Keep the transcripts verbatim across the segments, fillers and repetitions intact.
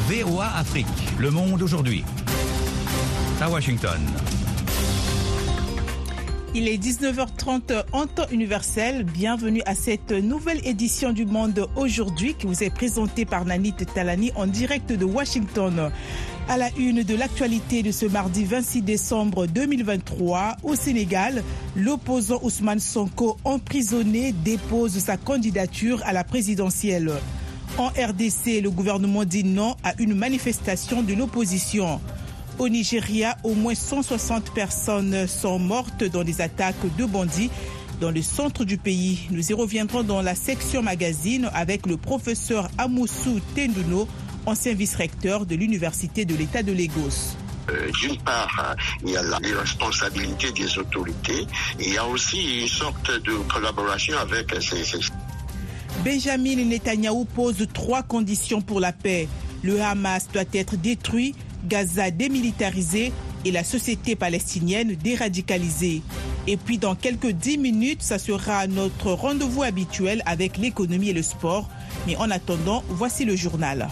V O A Afrique, le monde aujourd'hui. À Washington. Il est dix-neuf heures trente en temps universel. Bienvenue à cette nouvelle édition du Monde aujourd'hui qui vous est présentée par Nanit Talani en direct de Washington. À la une de l'actualité de ce mardi vingt-six décembre deux mille vingt-trois, au Sénégal, l'opposant Ousmane Sonko, emprisonné, dépose sa candidature à la présidentielle. En R D C, le gouvernement dit non à une manifestation de l'opposition. Au Nigeria, au moins cent soixante personnes sont mortes dans des attaques de bandits dans le centre du pays. Nous y reviendrons dans la section magazine avec le professeur Amoussou Tenduno, ancien vice-recteur de l'Université de l'État de Lagos. Euh, d'une part, il y a la responsabilité des autorités et il y a aussi une sorte de collaboration avec ces... ces... Benjamin Netanyahou pose trois conditions pour la paix. Le Hamas doit être détruit, Gaza démilitarisé et la société palestinienne déradicalisée. Et puis dans quelques dix minutes, ça sera notre rendez-vous habituel avec l'économie et le sport. Mais en attendant, voici le journal.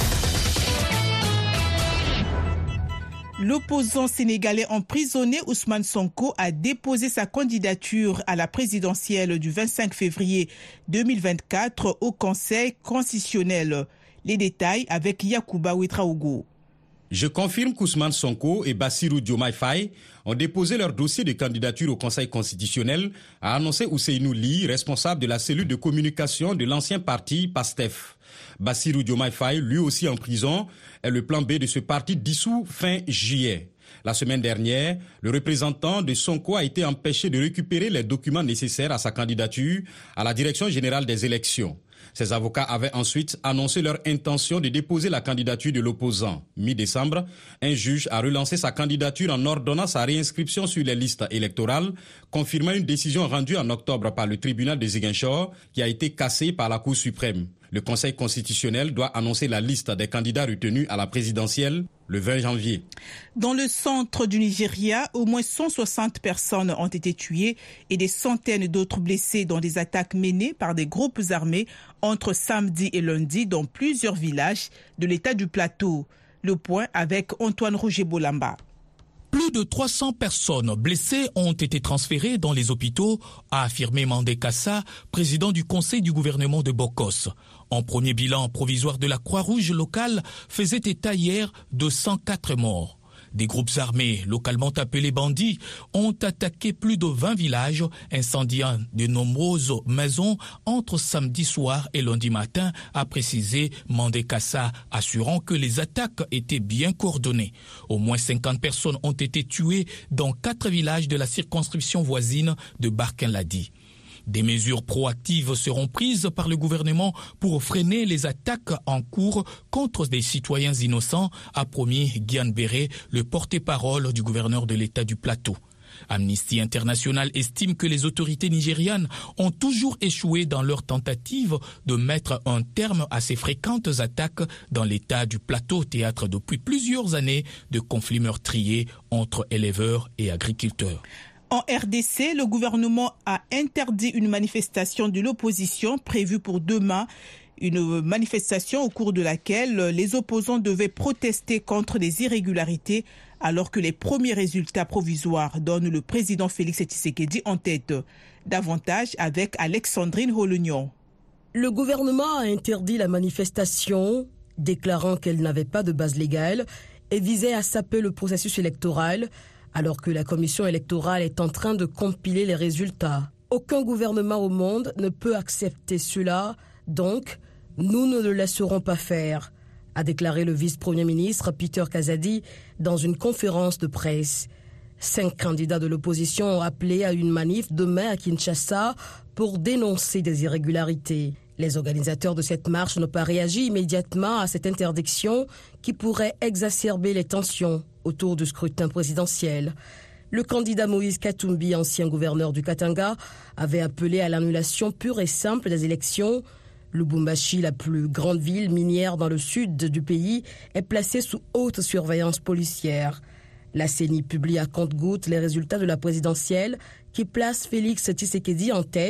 L'opposant sénégalais emprisonné Ousmane Sonko a déposé sa candidature à la présidentielle du vingt-cinq février deux mille vingt-quatre au Conseil constitutionnel. Les détails avec Yacouba Ouetraogo. Je confirme qu'Ousmane Sonko et Bassirou Diomaye Faye ont déposé leur dossier de candidature au Conseil constitutionnel, a annoncé Ousseynou Ly, responsable de la cellule de communication de l'ancien parti PASTEF. Bassirou Diomaye Faye, lui aussi en prison, est le plan B de ce parti dissous fin juillet. La semaine dernière, le représentant de Sonko a été empêché de récupérer les documents nécessaires à sa candidature à la Direction générale des élections. Ses avocats avaient ensuite annoncé leur intention de déposer la candidature de l'opposant. Mi-décembre, un juge a relancé sa candidature en ordonnant sa réinscription sur les listes électorales, confirmant une décision rendue en octobre par le tribunal de Ziguinchor qui a été cassée par la Cour suprême. Le Conseil constitutionnel doit annoncer la liste des candidats retenus à la présidentielle le vingt janvier. Dans le centre du Nigeria, au moins cent soixante personnes ont été tuées et des centaines d'autres blessées dans des attaques menées par des groupes armés entre samedi et lundi dans plusieurs villages de l'État du Plateau. Le point avec Antoine Roger Bolamba. Plus de trois cents personnes blessées ont été transférées dans les hôpitaux, a affirmé Mandé Kassa, président du conseil du gouvernement de Bokos. En premier bilan provisoire de la Croix-Rouge locale faisait état hier de cent quatre morts. Des groupes armés, localement appelés bandits, ont attaqué plus de vingt villages, incendiant de nombreuses maisons entre samedi soir et lundi matin, a précisé Mandé Kassa, assurant que les attaques étaient bien coordonnées. Au moins cinquante personnes ont été tuées dans quatre villages de la circonscription voisine de Barkin-Ladi. Des mesures proactives seront prises par le gouvernement pour freiner les attaques en cours contre des citoyens innocents, a promis Gyan Béré, le porte-parole du gouverneur de l'État du Plateau. Amnesty International estime que les autorités nigérianes ont toujours échoué dans leur tentative de mettre un terme à ces fréquentes attaques dans l'État du Plateau, théâtre depuis plusieurs années de conflits meurtriers entre éleveurs et agriculteurs. En R D C, le gouvernement a interdit une manifestation de l'opposition prévue pour demain. Une manifestation au cours de laquelle les opposants devaient protester contre les irrégularités alors que les premiers résultats provisoires donnent le président Félix Tshisekedi en tête. Davantage avec Alexandrine Holognon. Le gouvernement a interdit la manifestation, déclarant qu'elle n'avait pas de base légale et visait à saper le processus électoral, alors que la commission électorale est en train de compiler les résultats. Aucun gouvernement au monde ne peut accepter cela, donc nous ne le laisserons pas faire, a déclaré le vice-premier ministre Peter Kazadi dans une conférence de presse. Cinq candidats de l'opposition ont appelé à une manif demain à Kinshasa pour dénoncer des irrégularités. Les organisateurs de cette marche n'ont pas réagi immédiatement à cette interdiction qui pourrait exacerber les tensions autour du scrutin présidentiel. Le candidat Moïse Katumbi, ancien gouverneur du Katanga, avait appelé à l'annulation pure et simple des élections. Lubumbashi, la plus grande ville minière dans le sud du pays, est placée sous haute surveillance policière. La C E N I publie à compte-gouttes les résultats de la présidentielle qui place Félix Tshisekedi en tête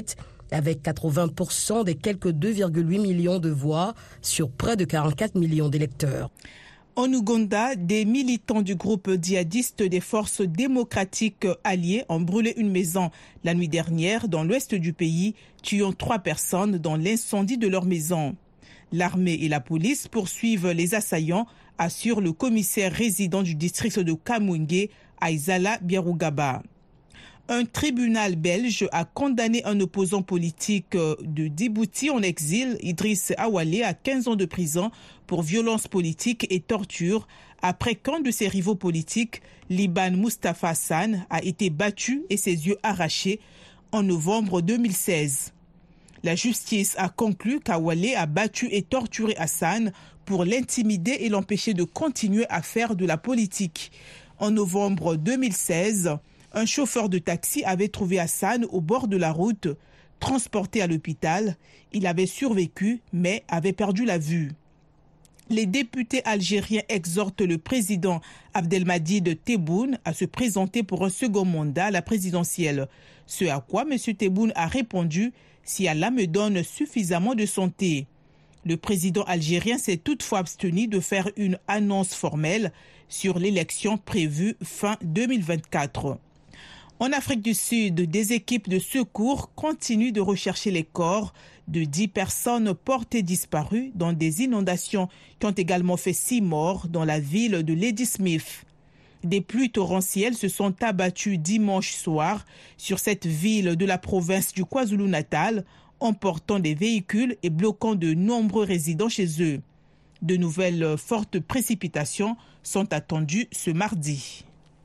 avec quatre-vingts pour cent des quelques deux virgule huit millions de voix sur près de quarante-quatre millions d'électeurs. En Ouganda, des militants du groupe djihadiste des forces démocratiques alliées ont brûlé une maison la nuit dernière dans l'ouest du pays, tuant trois personnes dans l'incendie de leur maison. L'armée et la police poursuivent les assaillants, assure le commissaire résident du district de Kamwenge, Aizala Biarugaba. Un tribunal belge a condamné un opposant politique de Djibouti en exil, Idriss Awale, à quinze ans de prison pour violence politique et torture, après qu'un de ses rivaux politiques, Liban Mustafa Hassan, a été battu et ses yeux arrachés en novembre deux mille seize. La justice a conclu qu'Awale a battu et torturé Hassan pour l'intimider et l'empêcher de continuer à faire de la politique. En novembre deux mille seize, un chauffeur de taxi avait trouvé Hassan au bord de la route, transporté à l'hôpital. Il avait survécu, mais avait perdu la vue. Les députés algériens exhortent le président Abdelmadjid Tebboune à se présenter pour un second mandat à la présidentielle. Ce à quoi M. Tebboune a répondu « Si Allah me donne suffisamment de santé ». Le président algérien s'est toutefois abstenu de faire une annonce formelle sur l'élection prévue fin deux mille vingt-quatre. En Afrique du Sud, des équipes de secours continuent de rechercher les corps de dix personnes portées disparues dans des inondations qui ont également fait six morts dans la ville de Ladysmith. Des pluies torrentielles se sont abattues dimanche soir sur cette ville de la province du KwaZulu-Natal, emportant des véhicules et bloquant de nombreux résidents chez eux. De nouvelles fortes précipitations sont attendues ce mardi.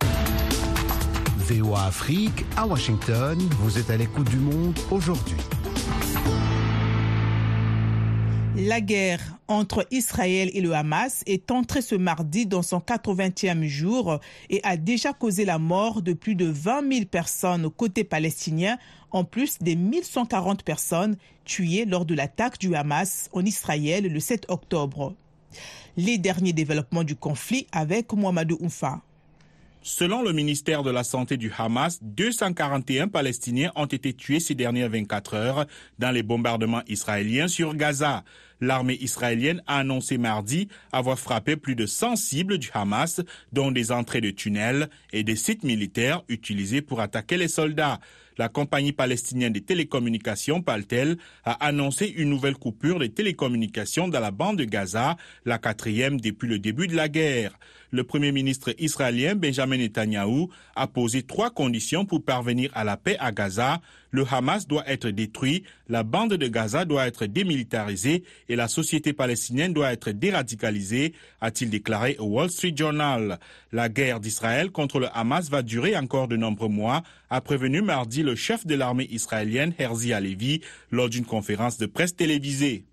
V O A Afrique, à Washington, vous êtes à l'écoute du monde aujourd'hui. La guerre entre Israël et le Hamas est entrée ce mardi dans son quatre-vingtième jour et a déjà causé la mort de plus de vingt mille personnes côté palestinien, en plus des mille cent quarante personnes tuées lors de l'attaque du Hamas en Israël le sept octobre. Les derniers développements du conflit avec Mohamedou Oumfa. Selon le ministère de la Santé du Hamas, deux cent quarante et un Palestiniens ont été tués ces dernières vingt-quatre heures dans les bombardements israéliens sur Gaza. L'armée israélienne a annoncé mardi avoir frappé plus de cent cibles du Hamas, dont des entrées de tunnels et des sites militaires utilisés pour attaquer les soldats. La compagnie palestinienne des télécommunications, Paltel, a annoncé une nouvelle coupure des télécommunications dans la bande de Gaza, la quatrième depuis le début de la guerre. Le premier ministre israélien Benjamin Netanyahou a posé trois conditions pour parvenir à la paix à Gaza. Le Hamas doit être détruit, la bande de Gaza doit être démilitarisée et la société palestinienne doit être déradicalisée, a-t-il déclaré au Wall Street Journal. La guerre d'Israël contre le Hamas va durer encore de nombreux mois, a prévenu mardi le chef de l'armée israélienne Herzi Halevi lors d'une conférence de presse télévisée.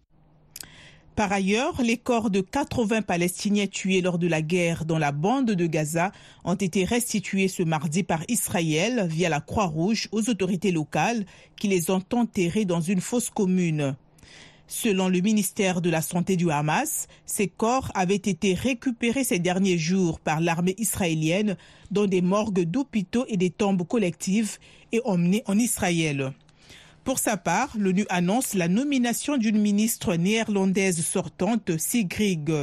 Par ailleurs, les corps de quatre-vingts Palestiniens tués lors de la guerre dans la bande de Gaza ont été restitués ce mardi par Israël via la Croix-Rouge aux autorités locales qui les ont enterrés dans une fosse commune. Selon le ministère de la Santé du Hamas, ces corps avaient été récupérés ces derniers jours par l'armée israélienne dans des morgues d'hôpitaux et des tombes collectives et emmenés en Israël. Pour sa part, l'ONU annonce la nomination d'une ministre néerlandaise sortante, Sigrid,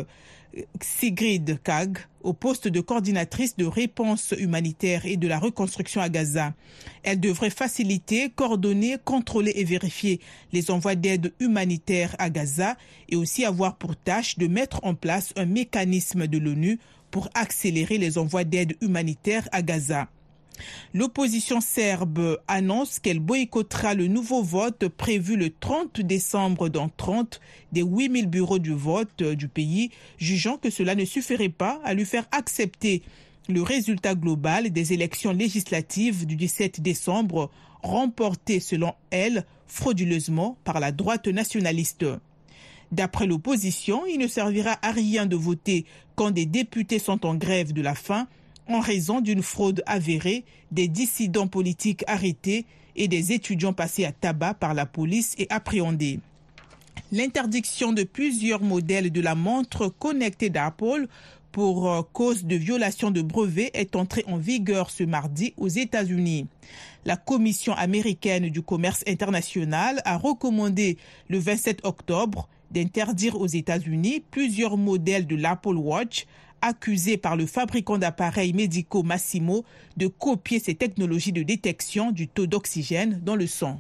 Sigrid Kaag, au poste de coordinatrice de réponse humanitaire et de la reconstruction à Gaza. Elle devrait faciliter, coordonner, contrôler et vérifier les envois d'aide humanitaire à Gaza et aussi avoir pour tâche de mettre en place un mécanisme de l'ONU pour accélérer les envois d'aide humanitaire à Gaza. L'opposition serbe annonce qu'elle boycottera le nouveau vote prévu le trente décembre dans trente des huit mille bureaux de vote du pays, jugeant que cela ne suffirait pas à lui faire accepter le résultat global des élections législatives du dix-sept décembre, remportées selon elle frauduleusement par la droite nationaliste. D'après l'opposition, il ne servira à rien de voter quand des députés sont en grève de la faim, en raison d'une fraude avérée, des dissidents politiques arrêtés et des étudiants passés à tabac par la police et appréhendés. L'interdiction de plusieurs modèles de la montre connectée d'Apple pour cause de violation de brevets est entrée en vigueur ce mardi aux États-Unis. La Commission américaine du commerce international a recommandé le vingt-sept octobre d'interdire aux États-Unis plusieurs modèles de l'Apple Watch accusés par le fabricant d'appareils médicaux Masimo de copier ses technologies de détection du taux d'oxygène dans le sang.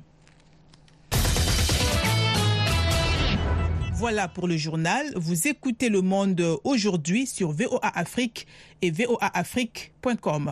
Voilà pour le journal. Vous écoutez Le Monde aujourd'hui sur V O A Afrique et V O A Afrique point com.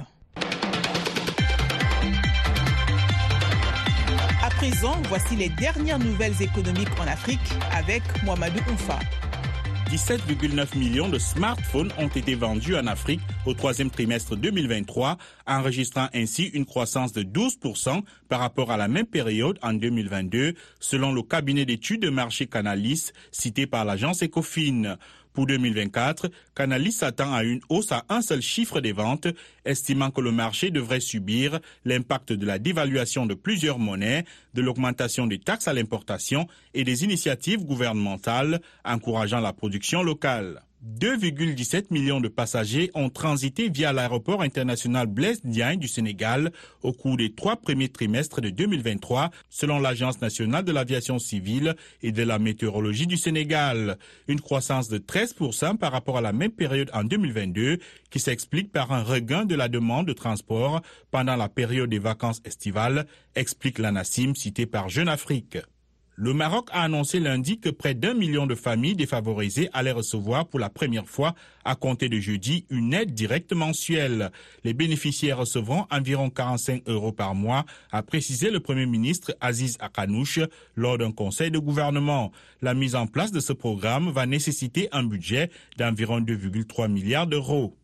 À présent, voici les dernières nouvelles économiques en Afrique avec Mohamedou Oufa. dix-sept virgule neuf millions de smartphones ont été vendus en Afrique au troisième trimestre deux mille vingt-trois, enregistrant ainsi une croissance de douze pour cent par rapport à la même période en deux mille vingt-deux, selon le cabinet d'études de marché Canalys, cité par l'agence Ecofin. Pour deux mille vingt-quatre, Canalys s'attend à une hausse à un seul chiffre des ventes, estimant que le marché devrait subir l'impact de la dévaluation de plusieurs monnaies, de l'augmentation des taxes à l'importation et des initiatives gouvernementales encourageant la production locale. deux virgule dix-sept millions de passagers ont transité via l'aéroport international Blaise Diagne du Sénégal au cours des trois premiers trimestres de deux mille vingt-trois, selon l'Agence nationale de l'aviation civile et de la météorologie du Sénégal. Une croissance de treize pour cent par rapport à la même période en deux mille vingt-deux, qui s'explique par un regain de la demande de transport pendant la période des vacances estivales, explique l'ANACIM cité par Jeune Afrique. Le Maroc a annoncé lundi que près d'un million de familles défavorisées allaient recevoir pour la première fois, à compter de jeudi, une aide directe mensuelle. Les bénéficiaires recevront environ quarante-cinq euros par mois, a précisé le Premier ministre Aziz Akanouche lors d'un conseil de gouvernement. La mise en place de ce programme va nécessiter un budget d'environ deux virgule trois milliards d'euros.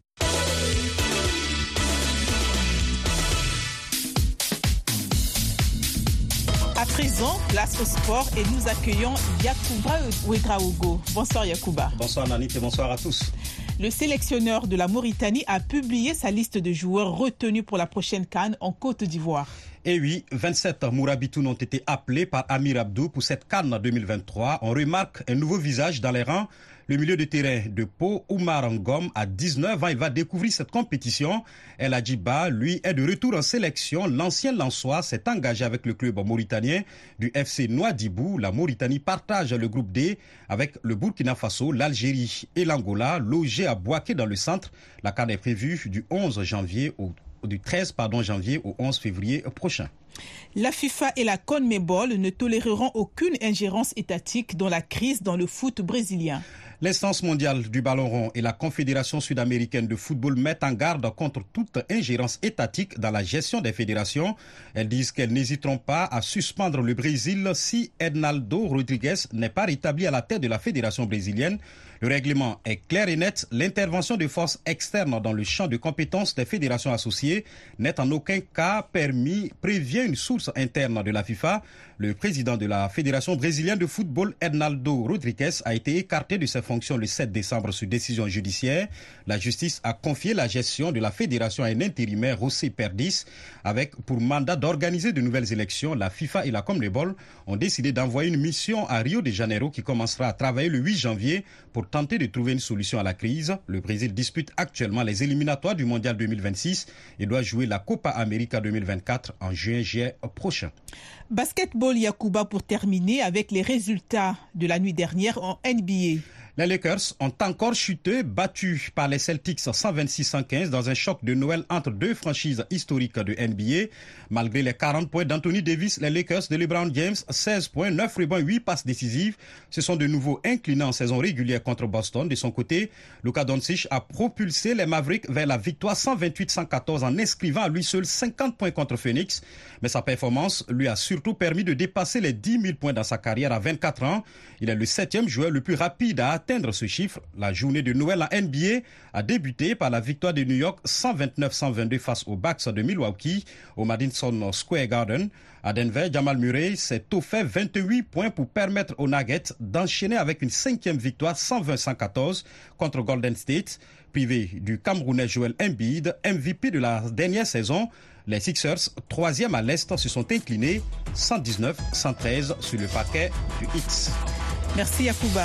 À présent, place au sport et nous accueillons Yacouba Ouedraogo. Bonsoir Yacouba. Bonsoir Nanit et bonsoir à tous. Le sélectionneur de la Mauritanie a publié sa liste de joueurs retenus pour la prochaine CAN en Côte d'Ivoire. Et oui, vingt-sept Mourabitoun ont été appelés par Amir Abdou pour cette CAN deux mille vingt-trois. On remarque un nouveau visage dans les rangs. Le milieu de terrain de Pau, Oumar Ngom, à dix-neuf ans, il va découvrir cette compétition. El Hadjiba, lui, est de retour en sélection. L'ancien Lensois s'est engagé avec le club mauritanien du F C Nouadhibou. La Mauritanie partage le groupe D avec le Burkina Faso, l'Algérie et l'Angola, logés à Bouaké dans le centre. La CAN est prévue du onze janvier au du treize pardon, janvier au onze février prochain. La FIFA et la CONMEBOL ne toléreront aucune ingérence étatique dans la crise dans le foot brésilien. L'instance mondiale du ballon rond et la Confédération sud-américaine de football mettent en garde contre toute ingérence étatique dans la gestion des fédérations. Elles disent qu'elles n'hésiteront pas à suspendre le Brésil si Ednaldo Rodrigues n'est pas rétabli à la tête de la fédération brésilienne. Le règlement est clair et net. L'intervention de forces externes dans le champ de compétences des fédérations associées n'est en aucun cas permis, prévient une source interne de la FIFA. Le président de la Fédération brésilienne de football, Ednaldo Rodrigues, a été écarté de ses fonctions le sept décembre sur décision judiciaire. La justice a confié la gestion de la fédération à un intérimaire, José Perdis, avec pour mandat d'organiser de nouvelles élections. La FIFA et la CONMEBOL ont décidé d'envoyer une mission à Rio de Janeiro qui commencera à travailler le huit janvier pour tenter de trouver une solution à la crise. Le Brésil dispute actuellement les éliminatoires du Mondial deux mille vingt-six et doit jouer la Copa América deux mille vingt-quatre en juin-juillet prochain. Basketball Yacouba pour terminer avec les résultats de la nuit dernière en N B A. Les Lakers ont encore chuté, battus par les Celtics cent vingt-six à cent quinze dans un choc de Noël entre deux franchises historiques de N B A. Malgré les quarante points d'Anthony Davis, les Lakers de LeBron James, seize points, neuf rebonds, huit passes décisives, se sont de nouveau inclinés en saison régulière contre Boston. De son côté, Luka Doncic a propulsé les Mavericks vers la victoire cent vingt-huit à cent quatorze en inscrivant à lui seul cinquante points contre Phoenix. Mais sa performance lui a surtout permis de dépasser les dix mille points dans sa carrière à vingt-quatre ans. Il est le septième joueur le plus rapide à atteindre ce chiffre. La journée de Noël en N B A a débuté par la victoire de New York cent vingt-neuf à cent vingt-deux face aux Bucks de Milwaukee au Madison Square Garden. À Denver, Jamal Murray s'est offert vingt-huit points pour permettre aux Nuggets d'enchaîner avec une cinquième victoire cent vingt à cent quatorze contre Golden State. Privé du Camerounais Joel Embiid, M V P de la dernière saison, les Sixers, troisième à l'Est, se sont inclinés cent dix-neuf à cent treize sur le parquet du X. Merci Yacouba.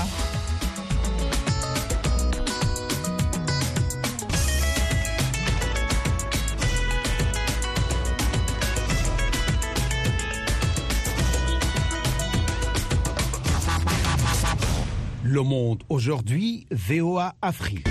Le Monde aujourd'hui, V O A Afrique.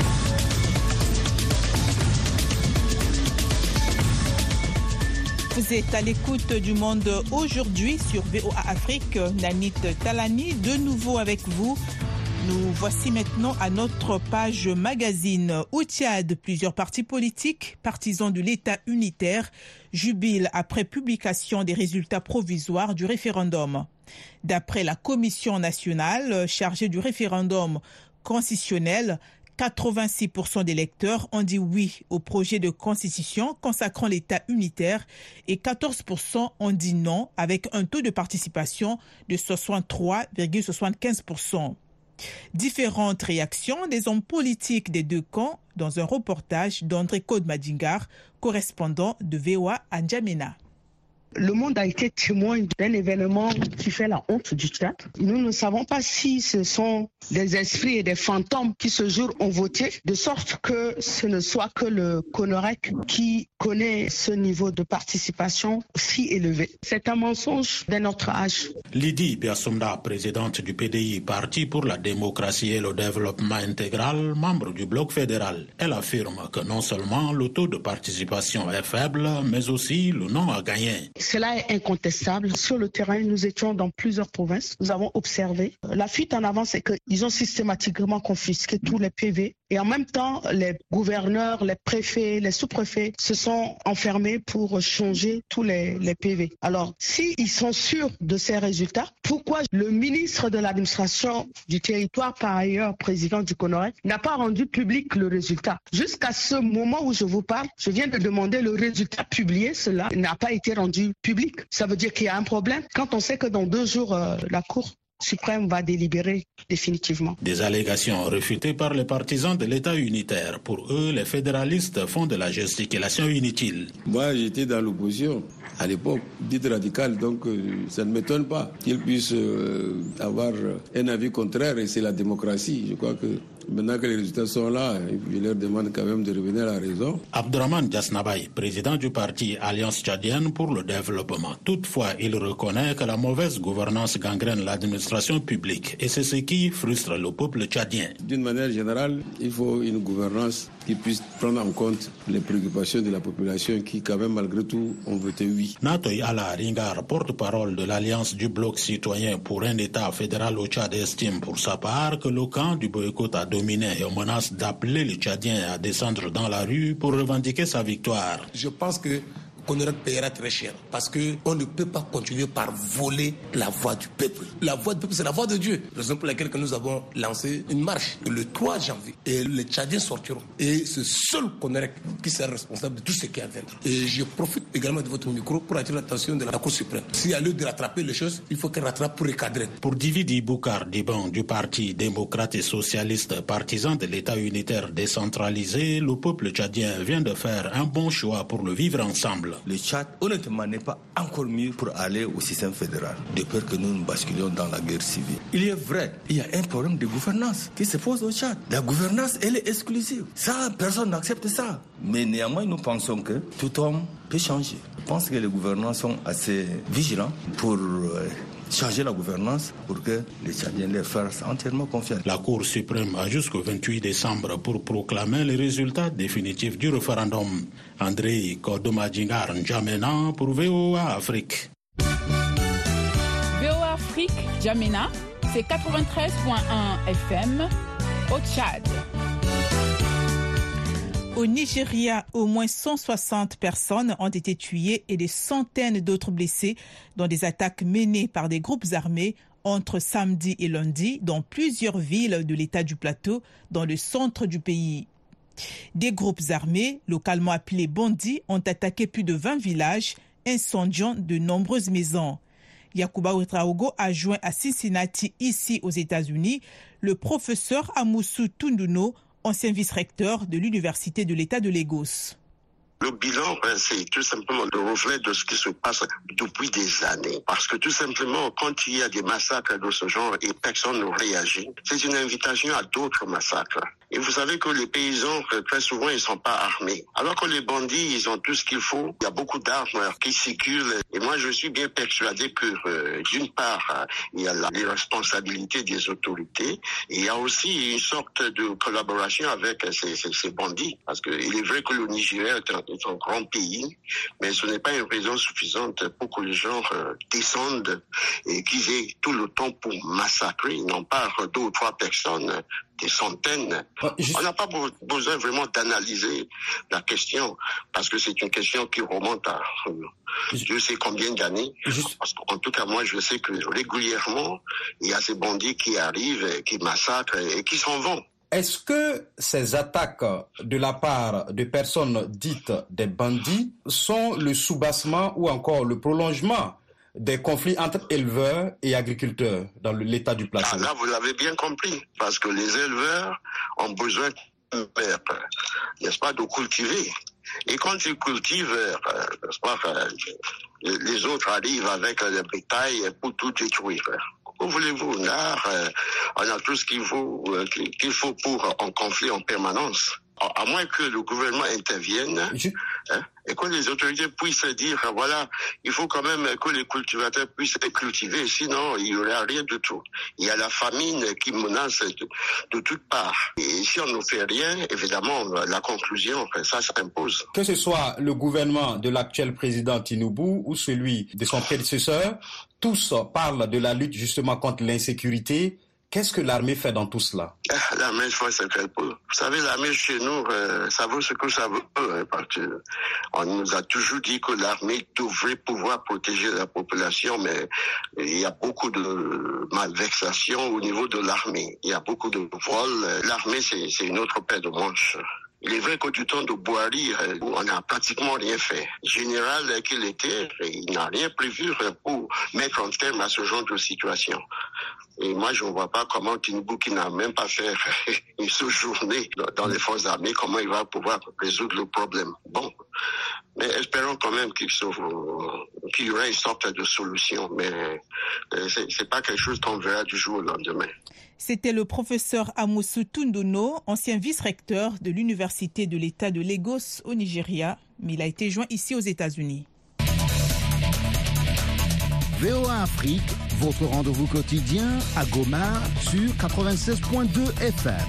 Vous êtes à l'écoute du Monde aujourd'hui sur V O A Afrique. Nanit Talani, de nouveau avec vous. Nous voici maintenant à notre page magazine. Au Tchad, plusieurs partis politiques, partisans de l'État unitaire, jubilent après publication des résultats provisoires du référendum. D'après la Commission nationale chargée du référendum constitutionnel, quatre-vingt-six pour cent des électeurs ont dit oui au projet de constitution consacrant l'État unitaire et quatorze pour cent ont dit non avec un taux de participation de soixante-trois virgule soixante-quinze pour cent. Différentes réactions des hommes politiques des deux camps dans un reportage d'André Code-Madingar, correspondant de V O A à N'Djamena. Le monde a été témoin d'un événement qui fait la honte du Tchad. Nous ne savons pas si ce sont des esprits et des fantômes qui ce jour ont voté, de sorte que ce ne soit que le CONOREC qui connaît ce niveau de participation si élevé. C'est un mensonge d'un autre âge. Lydie Biassoumna, présidente du P D I, Parti pour la démocratie et le développement intégral, membre du bloc fédéral, elle affirme que non seulement le taux de participation est faible, mais aussi le non a gagné. Cela est incontestable. Sur le terrain, nous étions dans plusieurs provinces. Nous avons observé. La fuite en avant, c'est qu'ils ont systématiquement confisqué tous les P V. Et en même temps, les gouverneurs, les préfets, les sous-préfets se sont enfermés pour changer tous les, les P V. Alors, s'ils sont sûrs de ces résultats, pourquoi le ministre de l'administration du territoire, par ailleurs président du CONOREC, n'a pas rendu public le résultat? Jusqu'à ce moment où je vous parle, je viens de demander le résultat publié. Cela n'a pas été rendu public. Ça veut dire qu'il y a un problème. Quand on sait que dans deux jours, euh, la Cour suprême va délibérer définitivement. Des allégations réfutées par les partisans de l'État unitaire. Pour eux, les fédéralistes font de la gesticulation inutile. Moi, j'étais dans l'opposition à l'époque, dite radicale, donc euh, ça ne m'étonne pas qu'ils puissent euh, avoir un avis contraire, et c'est la démocratie. Je crois que maintenant que les résultats sont là, je leur demande quand même de revenir à la raison. Abdourahmane Diasnabaye, président du parti Alliance tchadienne pour le développement. Toutefois, il reconnaît que la mauvaise gouvernance gangrène l'administration publique, et c'est ce qui frustre le peuple tchadien. D'une manière générale, il faut une gouvernance qui puisse prendre en compte les préoccupations de la population qui, quand même, malgré tout, ont voté oui. Natoy Ala Ringar, porte-parole de l'Alliance du Bloc citoyen pour un État fédéral au Tchad, estime pour sa part que le camp du boycott a dominé et menace d'appeler les Tchadiens à descendre dans la rue pour revendiquer sa victoire. Je pense que CONOREC paiera très cher parce qu'on ne peut pas continuer par voler la voix du peuple. La voix du peuple, c'est la voix de Dieu. Raison pour laquelle que nous avons lancé une marche le trois janvier. Et les Tchadiens sortiront. Et c'est seul CONOREC qui sera responsable de tout ce qui est à venir. Et je profite également de votre micro pour attirer l'attention de la Cour suprême. S'il y a lieu de rattraper les choses, il faut qu'elle rattrape pour recadrer. Pour Dividi Boukar Diban du Parti démocrate et socialiste, partisan de l'État unitaire décentralisé, le peuple tchadien vient de faire un bon choix pour le vivre ensemble. Le Tchad, honnêtement, n'est pas encore mieux pour aller au système fédéral, de peur que nous nous basculions dans la guerre civile. Il est vrai, il y a un problème de gouvernance qui se pose au Tchad. La gouvernance, elle est exclusive. Ça, personne n'accepte ça. Mais néanmoins, nous pensons que tout homme peut changer. Je pense que les gouvernants sont assez vigilants pour Euh, changer la gouvernance pour que les Tchadiens les fassent entièrement confiance. La Cour suprême a jusqu'au vingt-huit décembre pour proclamer les résultats définitifs du référendum. André Kodomadjingar N'Djamena pour V O A Afrique. V O A Afrique, N'Djamena, c'est quatre-vingt-treize virgule un F M au Tchad. Au Nigeria, au moins cent soixante personnes ont été tuées et des centaines d'autres blessées dans des attaques menées par des groupes armés entre samedi et lundi dans plusieurs villes de l'État du Plateau, dans le centre du pays. Des groupes armés, localement appelés bandits, ont attaqué plus de vingt villages, incendiant de nombreuses maisons. Yakuba Ouetraogo a joint à Cincinnati, ici aux États-Unis, le professeur Amoussou Tunduno, ancien vice-recteur de l'Université de l'État de Lagos. Le bilan, c'est tout simplement le reflet de ce qui se passe depuis des années. Parce que tout simplement, quand il y a des massacres de ce genre et personne ne réagit, c'est une invitation à d'autres massacres. Et vous savez que les paysans, très souvent, ils sont pas armés. Alors que les bandits, ils ont tout ce qu'il faut. Il y a beaucoup d'armes qui circulent. Et moi, je suis bien persuadé que, euh, d'une part, il y a la responsabilité des autorités. Et il y a aussi une sorte de collaboration avec ces, ces, ces bandits. Parce que il est vrai que le Nigeria est un, est un grand pays, mais ce n'est pas une raison suffisante pour que les gens euh, descendent et qu'ils aient tout le temps pour massacrer. Ils n'ont pas deux ou trois personnes, des centaines. On n'a pas besoin vraiment d'analyser la question, parce que c'est une question qui remonte à euh, je sais combien d'années. Parce qu'en tout cas, moi, je sais que régulièrement, il y a ces bandits qui arrivent, qui massacrent et qui s'en vont. Est-ce que ces attaques de la part de personnes dites des bandits sont le soubassement ou encore le prolongement des conflits entre éleveurs et agriculteurs dans l'état du Plateau? Ah, là, vous l'avez bien compris, parce que les éleveurs ont besoin de terre, n'est-ce pas, de cultiver. Et quand ils cultivent, euh, n'est-ce pas, euh, les autres arrivent avec le bétail pour tout détruire. Où voulez-vous? Là, euh, on a tout ce qu'il faut, euh, qu'il faut pour un conflit en permanence. À moins que le gouvernement intervienne, Je... hein, et que les autorités puissent dire, voilà, il faut quand même que les cultivateurs puissent être cultivés, sinon il n'y aura rien du tout. Il y a la famine qui menace de, de toutes parts. Et si on ne fait rien, évidemment, la conclusion, ça s'impose. Que ce soit le gouvernement de l'actuel président Tinubu ou celui de son prédécesseur, tous parlent de la lutte justement contre l'insécurité. Qu'est-ce que l'armée fait dans tout cela? L'armée fait ce qu'elle peut. Vous savez, l'armée chez nous, euh, ça veut ce que ça veut. Euh, parce que on nous a toujours dit que l'armée devrait pouvoir protéger la population, mais il y a beaucoup de malversations au niveau de l'armée. Il y a beaucoup de vols. L'armée, c'est, c'est une autre paire de manches. Il est vrai qu'au du temps de Boari, on n'a pratiquement rien fait. Général qu'il était, il n'a rien prévu pour mettre un terme à ce genre de situation. Et moi, je ne vois pas comment Tinubu, qui n'a même pas fait une seule journée dans les forces armées, comment il va pouvoir résoudre le problème. Bon, mais espérons quand même qu'il, sauve, qu'il y aura une sorte de solution. Mais c'est, c'est pas quelque chose qu'on verra du jour au lendemain. C'était le professeur Amosu Tunduno, ancien vice-recteur de l'Université de l'État de Lagos au Nigeria, mais il a été joint ici aux États-Unis. V O A Afrique, votre rendez-vous quotidien à Goma sur quatre-vingt-seize point deux F M.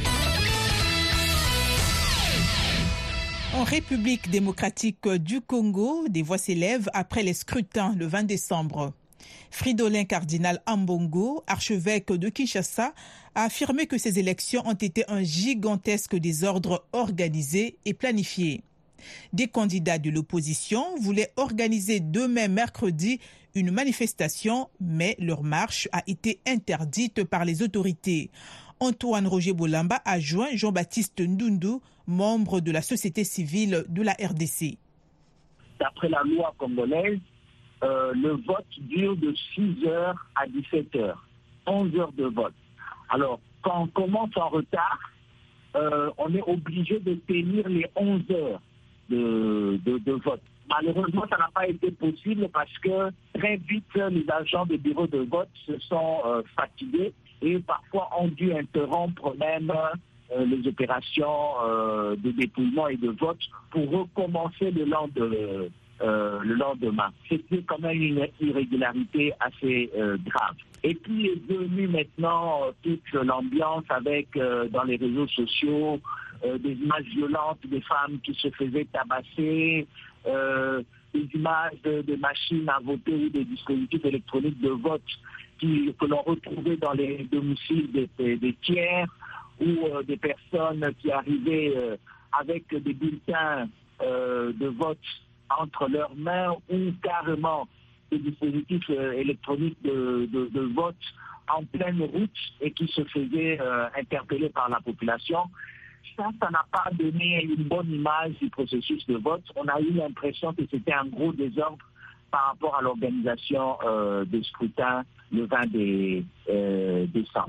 En République démocratique du Congo, des voix s'élèvent après les scrutins le vingt décembre. Fridolin Cardinal Ambongo, archevêque de Kinshasa, a affirmé que ces élections ont été un gigantesque désordre organisé et planifié. Des candidats de l'opposition voulaient organiser demain mercredi une manifestation, mais leur marche a été interdite par les autorités. Antoine Roger Bolamba a joint Jean-Baptiste Ndundu, membre de la société civile de la R D C. D'après la loi congolaise, Euh, le vote dure de six heures à dix-sept heures, onze heures de vote. Alors, quand on commence en retard, euh, on est obligé de tenir les onze heures de, de, de vote. Malheureusement, ça n'a pas été possible parce que très vite, les agents des bureaux de vote se sont euh, fatigués et parfois ont dû interrompre même euh, les opérations euh, de dépouillement et de vote pour recommencer le lendemain. Euh, le lendemain. C'était quand même une irrégularité assez euh, grave. Et puis est venue maintenant euh, toute l'ambiance avec, euh, dans les réseaux sociaux, euh, des images violentes des femmes qui se faisaient tabasser, euh, des images de, de machines à voter ou des dispositifs électroniques de vote qui, que l'on retrouvait dans les domiciles des, des, des tiers, ou euh, des personnes qui arrivaient euh, avec des bulletins euh, de vote entre leurs mains, ou carrément des dispositifs euh, électroniques de, de, de vote en pleine route et qui se faisaient euh, interpeller par la population. Ça, ça n'a pas donné une bonne image du processus de vote. On a eu l'impression que c'était un gros désordre par rapport à l'organisation euh, des scrutins le vingt décembre.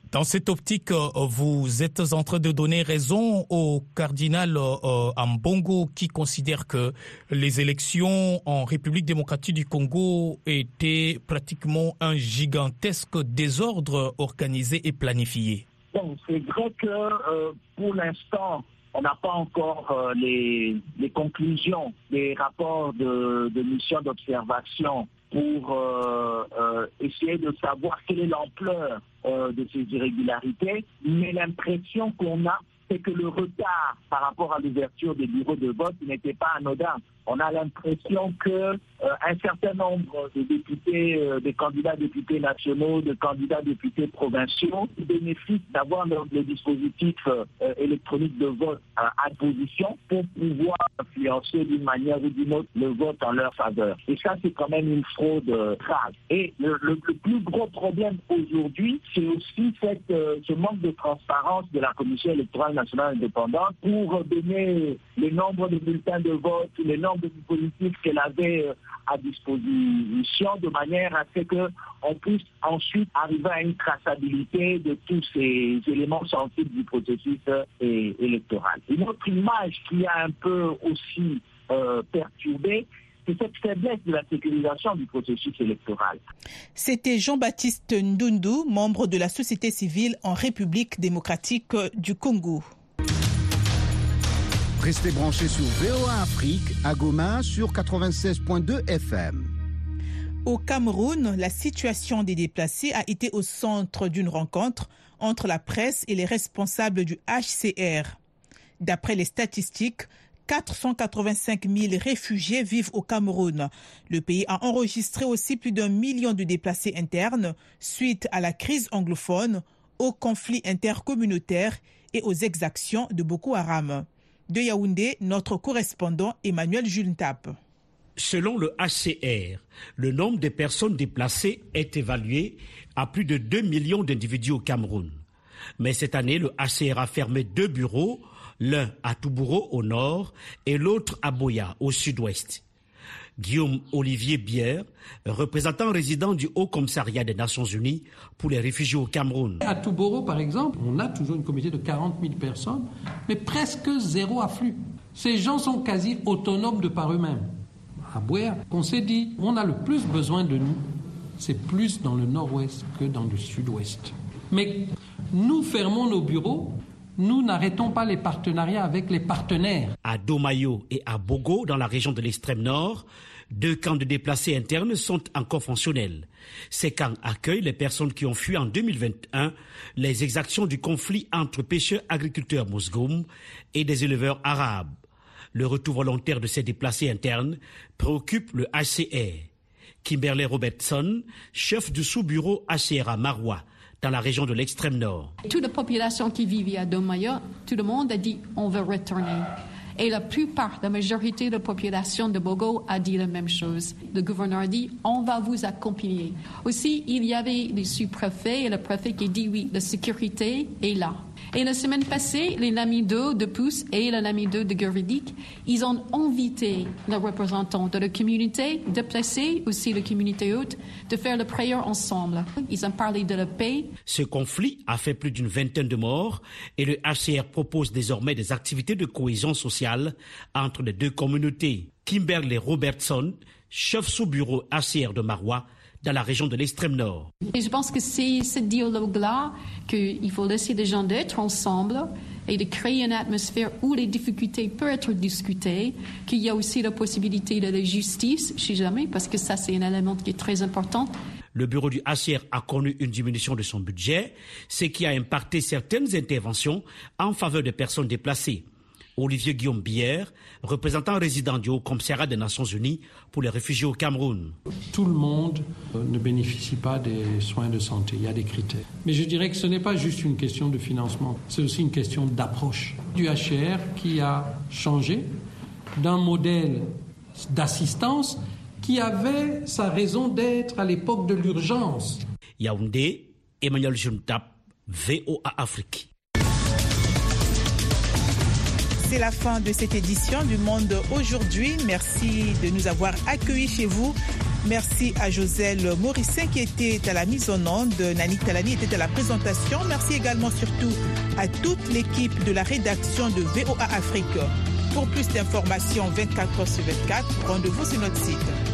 Dans cette optique, vous êtes en train de donner raison au cardinal Ambongo qui considère que les élections en République démocratique du Congo étaient pratiquement un gigantesque désordre organisé et planifié. Bon, c'est vrai que euh, pour l'instant, on n'a pas encore euh, les, les conclusions des rapports de, de mission d'observation pour euh, euh, essayer de savoir quelle est l'ampleur euh, de ces irrégularités. Mais l'impression qu'on a, c'est que le retard par rapport à l'ouverture des bureaux de vote n'était pas anodin. On a l'impression que euh, un certain nombre de députés, euh, des candidats députés nationaux, de candidats députés provinciaux bénéficient d'avoir le, le dispositif euh, électronique de vote à, à position pour pouvoir influencer d'une manière ou d'une autre le vote en leur faveur. Et ça, c'est quand même une fraude euh, grave. Et le, le, le plus gros problème aujourd'hui, c'est aussi cette, euh, ce manque de transparence de la Commission électorale nationale indépendante pour donner le nombre de bulletins de vote, les nombres de dispositifs qu'elle avait à disposition de manière à ce qu'on puisse ensuite arriver à une traçabilité de tous ces éléments sensibles du processus euh, électoral. Une autre image qui a un peu aussi euh, perturbé, c'est cette faiblesse de la sécurisation du processus électoral. C'était Jean-Baptiste Ndundu, membre de la société civile en République démocratique du Congo. Restez branchés sur V O A Afrique à Goma sur quatre-vingt-seize virgule deux F M. Au Cameroun, la situation des déplacés a été au centre d'une rencontre entre la presse et les responsables du H C R. D'après les statistiques, quatre cent quatre-vingt-cinq mille réfugiés vivent au Cameroun. Le pays a enregistré aussi plus d'un million de déplacés internes suite à la crise anglophone, aux conflits intercommunautaires et aux exactions de Boko Haram. De Yaoundé, notre correspondant Emmanuel Juntap. Selon le H C R, le nombre de personnes déplacées est évalué à plus de deux millions d'individus au Cameroun. Mais cette année, le H C R a fermé deux bureaux, l'un à Toubouro au nord et l'autre à Boya au sud-ouest. Guillaume Olivier Bière, représentant résident du Haut Commissariat des Nations Unies pour les réfugiés au Cameroun. À Toubouro, par exemple, on a toujours une communauté de quarante mille personnes, mais presque zéro afflux. Ces gens sont quasi autonomes de par eux-mêmes. À Boya, on s'est dit, on a le plus besoin de nous, c'est plus dans le nord-ouest que dans le sud-ouest. Mais nous fermons nos bureaux, nous n'arrêtons pas les partenariats avec les partenaires. À Domayo et à Bogo, dans la région de l'extrême nord, deux camps de déplacés internes sont encore fonctionnels. Ces camps accueillent les personnes qui ont fui en deux mille vingt et un les exactions du conflit entre pêcheurs-agriculteurs Mousgoum et des éleveurs arabes. Le retour volontaire de ces déplacés internes préoccupe le H C R. Kimberley Robertson, chef du sous-bureau H C R à Maroua, dans la région de l'extrême nord. Toute la population qui vivait à Domayo, tout le monde a dit on veut retourner. Et la plupart, la majorité de la population de Bogo a dit la même chose. Le gouverneur a dit on va vous accompagner. Aussi, il y avait le sous-préfet et le préfet qui dit oui, la sécurité est là. Et la semaine passée, les Lamido de Pousse et les Lamido de Gurvidik, ils ont invité les représentants de la communauté déplacée, aussi la communauté haute, de faire la prière ensemble. Ils ont parlé de la paix. Ce conflit a fait plus d'une vingtaine de morts et le H C R propose désormais des activités de cohésion sociale entre les deux communautés. Kimberley Robertson, chef sous-bureau H C R de Maroua, dans la région de l'extrême nord. Et je pense que c'est ce dialogue-là qu'il faut laisser les gens d'être ensemble et de créer une atmosphère où les difficultés peuvent être discutées, qu'il y a aussi la possibilité de la justice, je ne sais jamais, parce que ça c'est un élément qui est très important. Le bureau du H C R a connu une diminution de son budget, ce qui a impacté certaines interventions en faveur des personnes déplacées. Olivier Guillaume Bière, représentant résident du Haut Commissariat des Nations Unies pour les réfugiés au Cameroun. Tout le monde ne bénéficie pas des soins de santé, il y a des critères. Mais je dirais que ce n'est pas juste une question de financement, c'est aussi une question d'approche du H C R qui a changé d'un modèle d'assistance qui avait sa raison d'être à l'époque de l'urgence. Yaoundé, Emmanuel Juntap, V O A Afrique. C'est la fin de cette édition du Monde aujourd'hui. Merci de nous avoir accueillis chez vous. Merci à Joselle Morissin qui était à la mise en onde. Nani Talani était à la présentation. Merci également surtout à toute l'équipe de la rédaction de V O A Afrique. Pour plus d'informations vingt-quatre heures sur vingt-quatre, rendez-vous sur notre site.